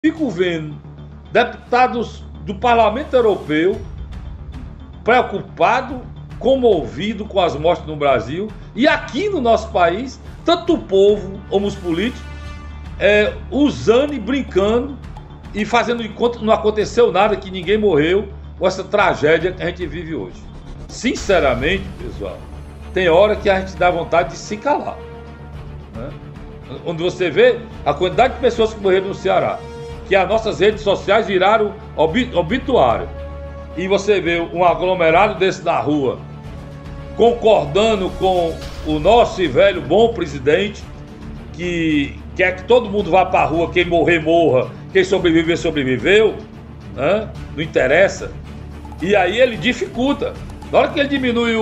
fico vendo deputados do Parlamento Europeu preocupados, comovidos com as mortes no Brasil, e aqui no nosso país, tanto o povo como os políticos, usando e brincando e fazendo de conta que não aconteceu nada, que ninguém morreu com essa tragédia que a gente vive hoje. Sinceramente, pessoal, tem hora que a gente dá vontade de se calar, né? Onde você vê a quantidade de pessoas que morreram no Ceará, que as nossas redes sociais viraram obituário, e você vê um aglomerado desse na rua concordando com o nosso e velho bom presidente, que quer que todo mundo vá para a rua, quem morrer morra, quem sobreviver sobreviveu, né? Não interessa. E aí ele dificulta. Na hora que ele diminui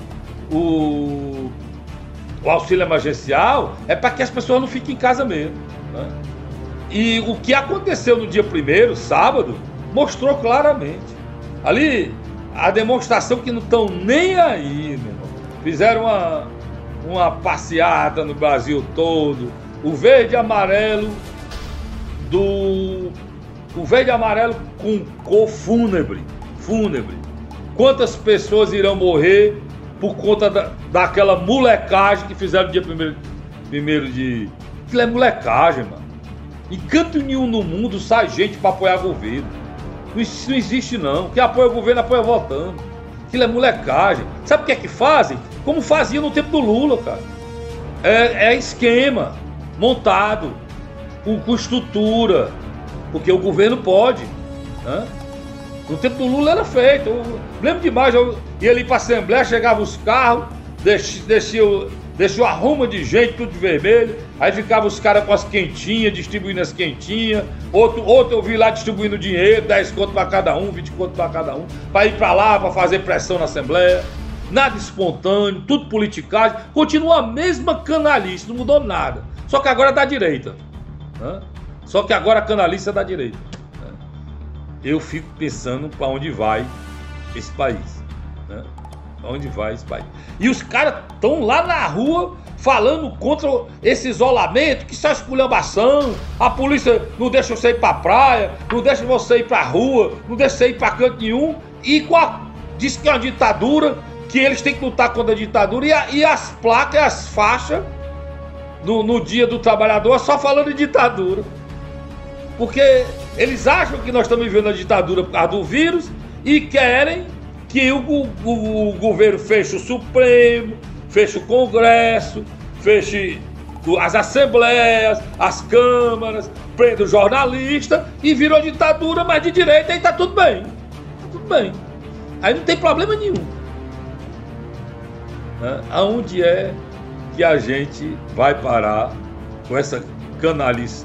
o auxílio emergencial, é para que as pessoas não fiquem em casa mesmo, né? E o que aconteceu no dia 1º, sábado, mostrou claramente. Ali, a demonstração que não estão nem aí, meu irmão. Fizeram uma passeata no Brasil todo. O verde e amarelo o verde e amarelo com cor fúnebre. Quantas pessoas irão morrer por conta daquela molecagem que fizeram no dia 1º de... Aquilo é molecagem, mano. Em canto nenhum no mundo sai gente para apoiar o governo. Isso não existe não. Quem apoia o governo apoia votando. Aquilo é molecagem. Sabe o que é que fazem? Como fazia no tempo do Lula, cara. É esquema montado com estrutura, porque o governo pode, né? No tempo do Lula era feito. Eu lembro demais, eu ia ali para a Assembleia, chegava os carros, deixou a ruma de gente, tudo de vermelho, aí ficava os caras com as quentinhas, distribuindo as quentinhas, outro eu vi lá distribuindo dinheiro, 10 conto para cada um, 20 conto para cada um, para ir para lá, para fazer pressão na Assembleia. Nada espontâneo, tudo politicagem, continua a mesma canalice, não mudou nada, só que agora é da direita, né? Só que agora a canalice é da direita, né? Eu fico pensando para onde vai esse país, né? Onde vai esse país? E os caras estão lá na rua falando contra esse isolamento, que só esculhambação, a polícia não deixa você ir pra praia, não deixa você ir pra rua, não deixa você ir pra canto nenhum, e diz que é uma ditadura, que eles têm que lutar contra a ditadura, e as placas, as faixas no Dia do Trabalhador só falando de ditadura, porque eles acham que nós estamos vivendo a ditadura por causa do vírus e querem que o governo feche o Supremo, feche o Congresso, feche as assembleias, as câmaras, prenda o jornalista e virou ditadura, mas de direita, aí tá tudo bem. Tá tudo bem. Aí não tem problema nenhum. Né? Aonde é que a gente vai parar com essa canalice